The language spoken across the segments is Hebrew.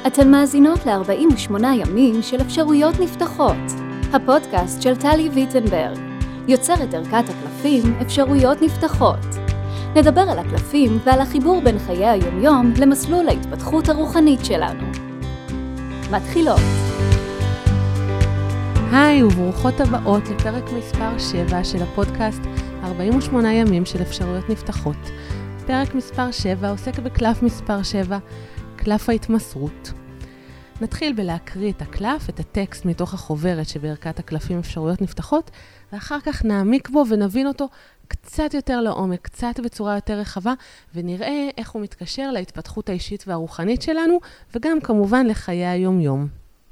אתן מאזינות ל-48 ימים של אפשרויות נפתחות, הפודקאסט של טלי ויטנברג, יוצרת ערכת הקלפים אפשרויות נפתחות. נדבר על הקלפים ועל החיבור בין חיי היומיום למסלול ההתפתחות הרוחנית שלנו. מתחילות. היי וברוכות הבאות לפרק מספר 7 של הפודקאסט 48 ימים של אפשרויות נפתחות. פרק מספר 7 עוסק בקלף מספר 7, קלף ההתמסרות. נתחיל בלהקריא את הקלף, את הטקסט מתוך החוברת שבערכת הקלפים אפשרויות נפתחות, ואחר כך נעמיק בו ונבין אותו קצת יותר לעומק, קצת בצורה יותר רחבה, ונראה איך הוא מתקשר להתפתחות האישית והרוחנית שלנו, וגם כמובן לחיי היום-יום.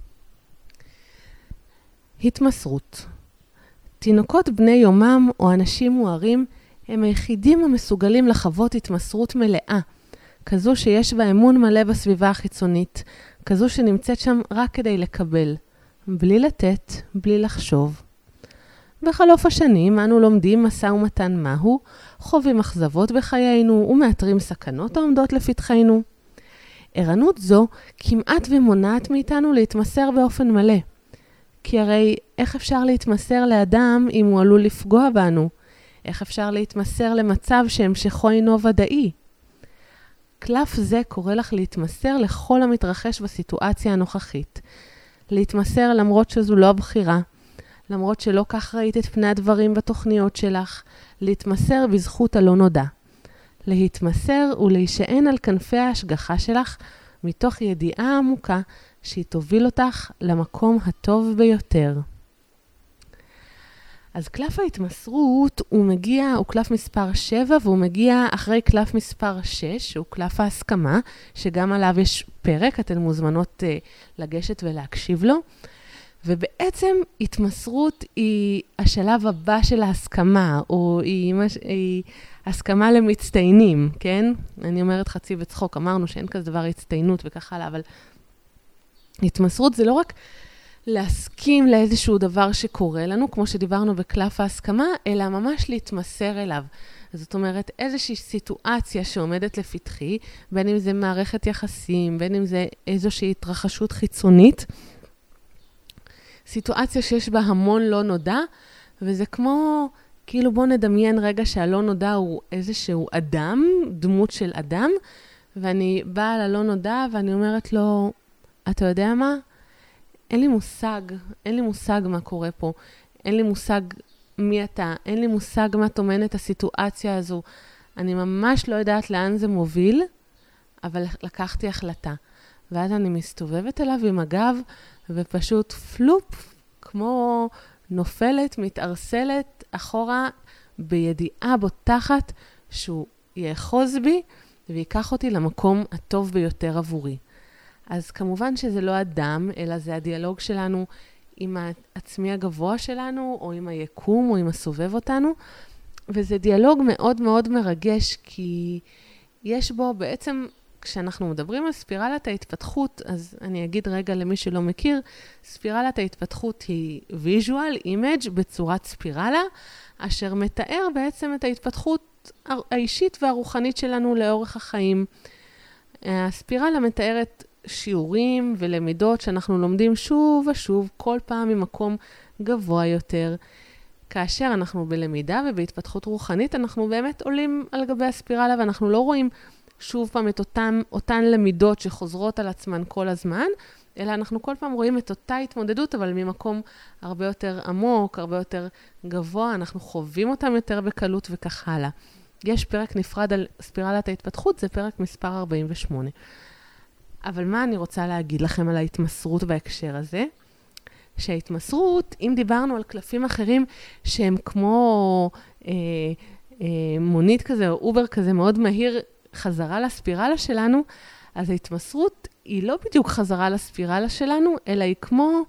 התמסרות. תינוקות בני יומם או אנשים מוארים הם היחידים המסוגלים לחוות התמסרות מלאה, כזו שיש בה אמון מלא בסביבה החיצונית, כזו שנמצאת שם רק כדי לקבל, בלי לתת, בלי לחשוב. בחלוף השנים אנו לומדים משא ומתן מהו, חווים אכזבות בחיינו ומאתרים סכנות העומדות לפתחנו. ערנות זו כמעט ומונעת מאיתנו להתמסר באופן מלא. כי הרי איך אפשר להתמסר לאדם אם הוא עלול לפגוע בנו? איך אפשר להתמסר למצב שהמשכו אינו ודאי? קלף זה קורא לך להתמסר לכל המתרחש בסיטואציה הנוכחית. להתמסר למרות שזו לא הבחירה, למרות שלא כך ראית את פני הדברים בתוכניות שלך, להתמסר בזכות הלא נודע. להתמסר ולהישען על כנפי ההשגחה שלך מתוך ידיעה עמוקה שהיא תוביל אותך למקום הטוב ביותר. אז קלף ההתמסרות הוא קלף מספר 7 והוא מגיע אחרי קלף מספר 6, שהוא קלף ההסכמה, שגם עליו יש פרק, אתן מוזמנות לגשת ולהקשיב לו. ובעצם התמסרות היא השלב הבא של ההסכמה, או היא הסכמה למצטיינים, כן? אני אומרת חצי בצחוק, אמרנו שאין כזה דבר הצטיינות וכך הלאה, אבל התמסרות זה לא רק להסכים לאיזשהו דבר שקורה לנו, כמו שדיברנו בקלף ההסכמה, אלא ממש להתמסר אליו. זאת אומרת, איזושהי סיטואציה שעומדת לפתחי, בין אם זה מערכת יחסים, בין אם זה איזושהי התרחשות חיצונית, סיטואציה שיש בה המון לא נודע, וזה כמו, כאילו בוא נדמיין רגע שהלא נודע הוא איזשהו אדם, דמות של אדם, ואני באה ללא נודע ואני אומרת לו, אתה יודע מה? אין לי מושג מה קורה פה, אין לי מושג מי אתה, אין לי מושג מה תומן את הסיטואציה הזו. אני ממש לא יודעת לאן זה מוביל, אבל לקחתי החלטה. ואז אני מסתובבת אליו עם הגב, ופשוט פלופ, כמו נופלת, מתארסלת אחורה, בידיעה בוטחת שהוא יאחוז בי, ויקח אותי למקום הטוב ביותר עבורי. אז כמובן שזה לא אדם, אלא זה הדיאלוג שלנו עם העצמי הגבוה שלנו, או עם היקום, או עם הסובב אותנו. וזה דיאלוג מאוד מאוד מרגש, כי יש בו בעצם, כשאנחנו מדברים על ספירלת ההתפתחות, אז אני אגיד רגע למי שלא מכיר, ספירלת ההתפתחות היא visual image בצורת ספירלה, אשר מתאר בעצם את ההתפתחות האישית והרוחנית שלנו לאורך החיים. הספירלה מתארת שיעורים ולמידות שאנחנו לומדים שוב ושוב, כל פעם ממקום גבוה יותר. כאשר אנחנו בלמידה ובהתפתחות רוחנית, אנחנו באמת עולים על גבי הספירלה, ואנחנו לא רואים שוב פעם את אותן למידות שחוזרות על עצמן כל הזמן, אלא אנחנו כל פעם רואים את אותה התמודדות, אבל ממקום הרבה יותר עמוק, הרבה יותר גבוה, אנחנו חווים אותם יותר בקלות וכך הלאה. יש פרק נפרד על ספירלת ההתפתחות, זה פרק מספר 48. אבל מה אני רוצה להגיד לכם על ההתמסרות בהקשר הזה? שההתמסרות, אם דיברנו על קלפים אחרים שהם כמו מונית כזה או אובר כזה מאוד מהיר חזרה לספירלה שלנו, אז ההתמסרות היא לא בדיוק חזרה לספירלה שלנו, אלא היא כמו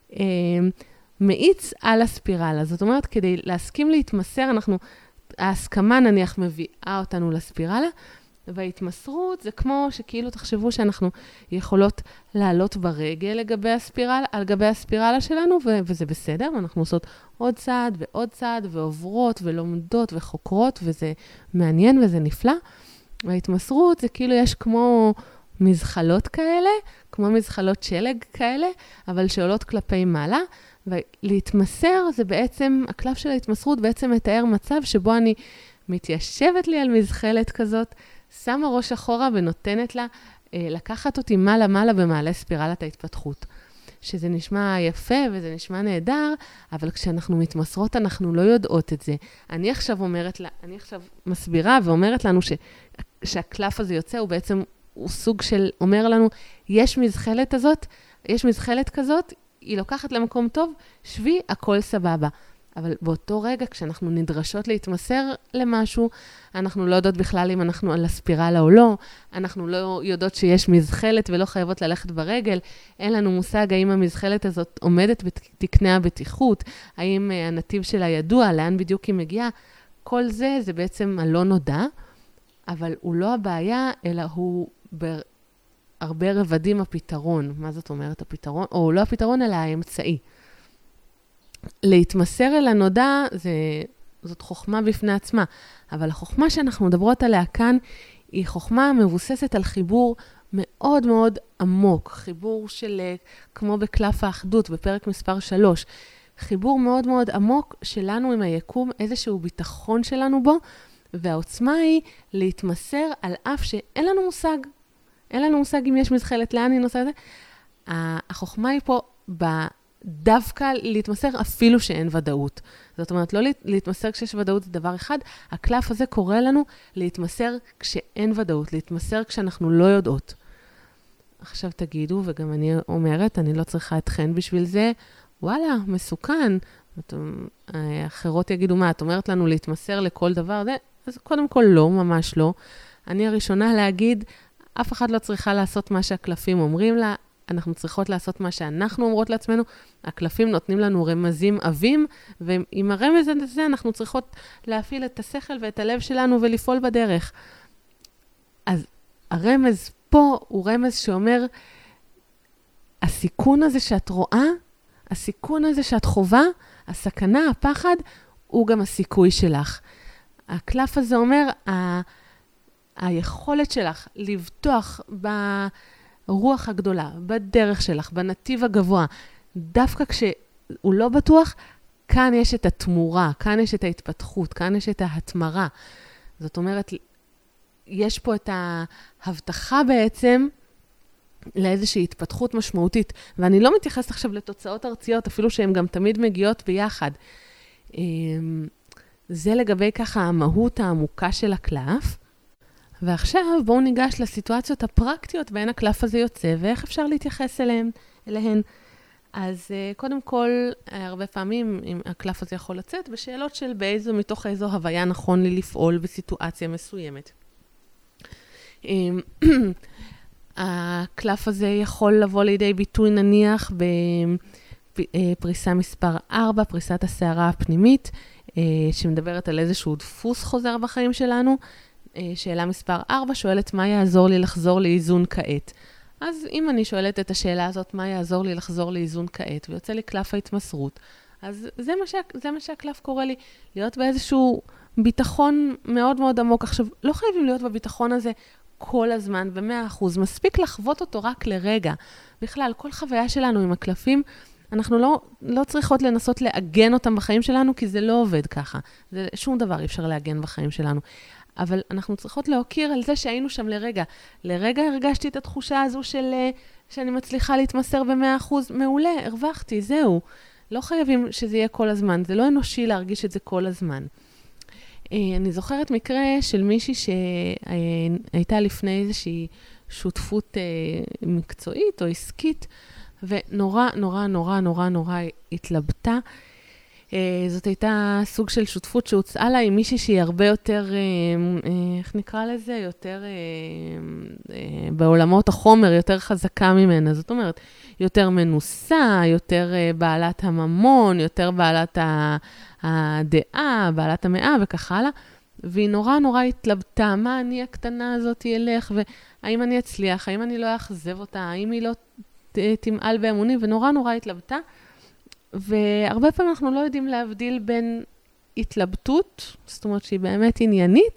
מאיץ על הספירלה. זאת אומרת, כדי להסכים להתמסר, ההסכמה נניח מביאה אותנו לספירלה, וההתמסרות זה כמו שכאילו תחשבו שאנחנו יכולות לעלות ברגל על גבי הספירלה שלנו, וזה בסדר, ואנחנו עושות עוד צעד ועוד צעד, ועוברות ולומדות וחוקרות, וזה מעניין וזה נפלא. וההתמסרות זה כאילו יש כמו מזחלות כאלה, כמו מזחלות שלג כאלה, אבל שעולות כלפי מעלה, ולהתמסר זה בעצם, הקלף של ההתמסרות בעצם מתאר מצב שבו אני מתיישבת לי על מזחלת כזאת, שמה ראש אחורה ונותנת לה לקחת אותי מעלה במעלה ספירלת ההתפתחות. שזה נשמע יפה וזה נשמע נהדר, אבל כשאנחנו מתמסרות אנחנו לא יודעות את זה. אני עכשיו מסבירה ואומרת לנו שהקלף הזה יוצא, הוא בעצם הוא סוג של, אומר לנו, יש מזחלת כזאת, היא לוקחת למקום טוב, שבי, הכל סבבה. אבל באותו רגע, כשאנחנו נדרשות להתמסר למשהו, אנחנו לא יודעות בכלל אם אנחנו על הספירלה או לא, אנחנו לא יודעות שיש מזחלת ולא חייבות ללכת ברגל, אין לנו מושג האם המזחלת הזאת עומדת בתקני הבטיחות, האם הנתיב שלה ידוע, לאן בדיוק היא מגיעה, כל זה בעצם הלא נודע, אבל הוא לא הבעיה, אלא הוא בהרבה רבדים הפתרון. מה זאת אומרת הפתרון? או לא הפתרון, אלא האמצעי. להתמסר אל הנודע, זאת חוכמה בפני עצמה, אבל החוכמה שאנחנו מדברות עליה כאן, היא חוכמה מבוססת על חיבור מאוד מאוד עמוק, חיבור של, כמו בקלף האחדות, בפרק מספר 3, חיבור מאוד מאוד עמוק שלנו עם היקום, איזשהו ביטחון שלנו בו, והעוצמה היא להתמסר על אף שאין לנו מושג. אין לנו מושג אם יש מזחלת, לאן היא נוסעת. החוכמה היא פה דווקא להתמסר אפילו שאין ודאות. זאת אומרת, לא להתמסר כשיש ודאות זה דבר אחד, הקלף הזה קורא לנו להתמסר כשאין ודאות, להתמסר כשאנחנו לא יודעות. עכשיו תגידו, וגם אני אומרת, אני לא צריכה אתכן בשביל זה, וואלה, מסוכן. אחרות יגידו, מה, את אומרת לנו להתמסר לכל דבר? אז קודם כל לא, ממש לא. אני הראשונה להגיד, אף אחד לא צריכה לעשות מה שהקלפים אומרים לה, אנחנו צריכות לעשות מה שאנחנו אומרות לעצמנו, הקלפים נותנים לנו רמזים עבים, ועם הרמז הזה אנחנו צריכות להפעיל את השכל ואת הלב שלנו ולפעול בדרך. אז הרמז פה הוא רמז שאומר, הסיכון הזה שאת רואה, הסיכון הזה שאת חובה, הסכנה, הפחד, הוא גם הסיכוי שלך. הקלף הזה אומר, היכולת שלך לבטוח ברוח הגדולה, בדרך שלך, בנתיב הגבוה, דווקא כשהוא לא בטוח, כאן יש את התמורה, כאן יש את ההתפתחות, כאן יש את ההתמרה. זאת אומרת, יש פה את ההבטחה בעצם לאיזושהי התפתחות משמעותית, ואני לא מתייחסת עכשיו לתוצאות ארציות, אפילו שהן גם תמיד מגיעות ביחד. זה לגבי ככה המהות העמוקה של הקלף. ועכשיו בואו ניגש לסיטואציות הפרקטיות בהן הקלף הזה יוצא, ואיך אפשר להתייחס אליהן. אז קודם כל, הרבה פעמים הקלף הזה יכול לצאת בשאלות של מתוך איזו הוויה נכון לי לפעול בסיטואציה מסוימת. הקלף הזה יכול לבוא לידי ביטוי נניח בפריסה מספר 4, פריסת השערה הפנימית, שמדברת על איזשהו דפוס חוזר בחיים שלנו. שאלה מספר 4 שואלת מה יעזור לי לחזור לאיזון כעת. אז אם אני שואלת את השאלה הזאת, מה יעזור לי לחזור לאיזון כעת, ויוצא לי קלף ההתמסרות, אז זה מה שהקלף קורא לי, להיות באיזשהו ביטחון מאוד מאוד עמוק. עכשיו, לא חייבים להיות בביטחון הזה כל הזמן, ב100%, מספיק לחוות אותו רק לרגע. בכלל, כל חוויה שלנו עם הקלפים, אנחנו לא צריכות לנסות לעגן אותם בחיים שלנו, כי זה לא עובד ככה. שום דבר אי אפשר לעגן בחיים שלנו. אבל אנחנו צריכות להוקיר על זה שהיינו שם לרגע. לרגע הרגשתי את התחושה הזו שאני מצליחה להתמסר ב100%. מעולה, הרווחתי, זהו. לא חייבים שזה יהיה כל הזמן. זה לא אנושי להרגיש את זה כל הזמן. אני זוכרת מקרה של מישהי שהייתה לפני איזושהי שותפות מקצועית או עסקית, ונורא, נורא, נורא, נורא, נורא התלבטה. זאת הייתה סוג של שותפות שהוצאה לה עם מישהי שהיא הרבה יותר, איך נקרא לזה? יותר בעולמות החומר, יותר חזקה ממנה. זאת אומרת, יותר מנוסה, יותר בעלת הממון, יותר בעלת הדעה, בעלת המאה וכך הלאה. והיא נורא נורא התלבטה, מה אני הקטנה הזאת ילך, והאם אני אצליח, האם אני לא אכזב אותה, האם היא לא תמעל באמוני, ונורא נורא התלבטה. והרבה פעמים אנחנו לא יודעים להבדיל בין התלבטות, זאת אומרת שהיא באמת עניינית,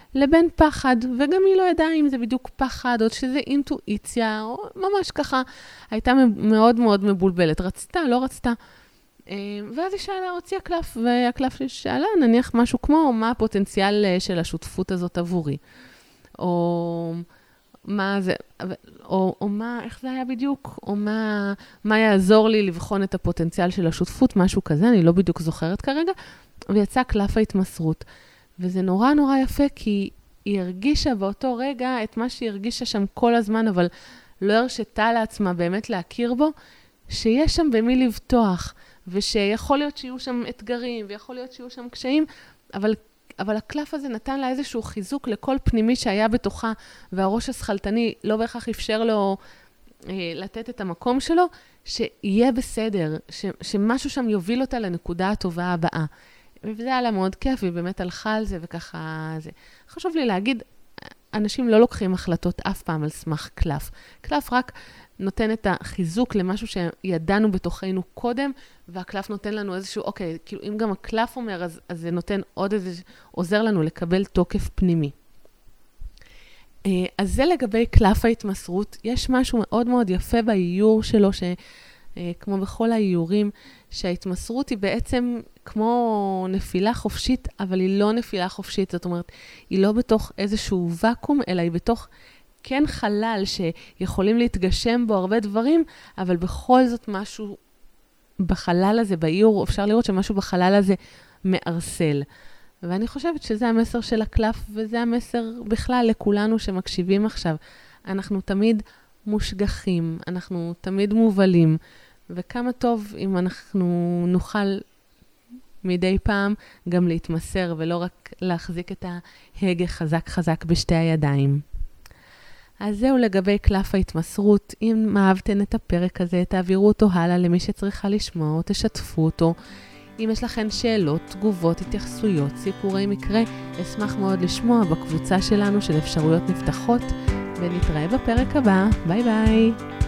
לבין פחד, וגם היא לא ידעה אם זה בדיוק פחד, או שזה אינטואיציה, או ממש ככה, הייתה מאוד מאוד מבולבלת. רצתה, לא רצתה. ואז היא שאלה, הוציאה קלף, והקלף שאלה, נניח משהו כמו, מה הפוטנציאל של השותפות הזאת עבורי? או מה זה, או מה, איך זה היה בדיוק? או מה יעזור לי לבחון את הפוטנציאל של השותפות? משהו כזה, אני לא בדיוק זוכרת כרגע. ויצא קלף ההתמסרות. וזה נורא נורא יפה, כי היא הרגישה באותו רגע את מה שהיא הרגישה שם כל הזמן, אבל לא הרשתה לעצמה באמת להכיר בו, שיש שם במי לבטוח, ושיכול להיות שיהיו שם אתגרים, ויכול להיות שיהיו שם קשיים, אבל הקלף הזה נתן לה איזשהו חיזוק לכל פנימי שהיה בתוכה, והראש השכלתני לא בהכרח אפשר לו לתת את המקום שלו, שיהיה בסדר, שמשהו שם יוביל אותה לנקודה הטובה הבאה. וזה היה לה מאוד כיף, והיא באמת הלכה על זה, וככה זה. חשוב לי להגיד, אנשים לא לוקחים החלטות אף פעם על סמך קלף. קלף רק נותן את החיזוק למשהו שידענו בתוכנו קודם, והקלף נותן לנו איזשהו, אוקיי, כאילו אם גם הקלף אומר, אז זה נותן עוד איזה, עוזר לנו לקבל תוקף פנימי. אז זה לגבי קלף ההתמסרות. יש משהו מאוד מאוד יפה באיור שלו, כמו בכל האיורים, שההתמסרות היא בעצם כמו נפילה חופשית, אבל היא לא נפילה חופשית. זאת אומרת, היא לא בתוך איזשהו וקום, אלא היא בתוך כן חלל שיכולים להתגשם בו הרבה דברים, אבל בכל זאת משהו בחלל הזה, באיור, אפשר לראות שמשהו בחלל הזה מארסל. ואני חושבת שזה המסר של הקלף, וזה המסר בכלל לכולנו שמקשיבים עכשיו. אנחנו תמיד מושגחים, אנחנו תמיד מובלים, וכמה טוב אם אנחנו נוכל מדי פעם גם להתמסר, ולא רק להחזיק את ההגה חזק חזק בשתי הידיים. אז זהו לגבי קלף ההתמסרות. אם אהבתן את הפרק הזה, תעבירו אותו הלאה למי שצריכה לשמוע, או תשתפו אותו. אם יש לכן שאלות, תגובות, התייחסויות, סיפורי מקרה, אשמח מאוד לשמוע בקבוצה שלנו של אפשרויות נפתחות, ונתראה בפרק הבא. ביי ביי.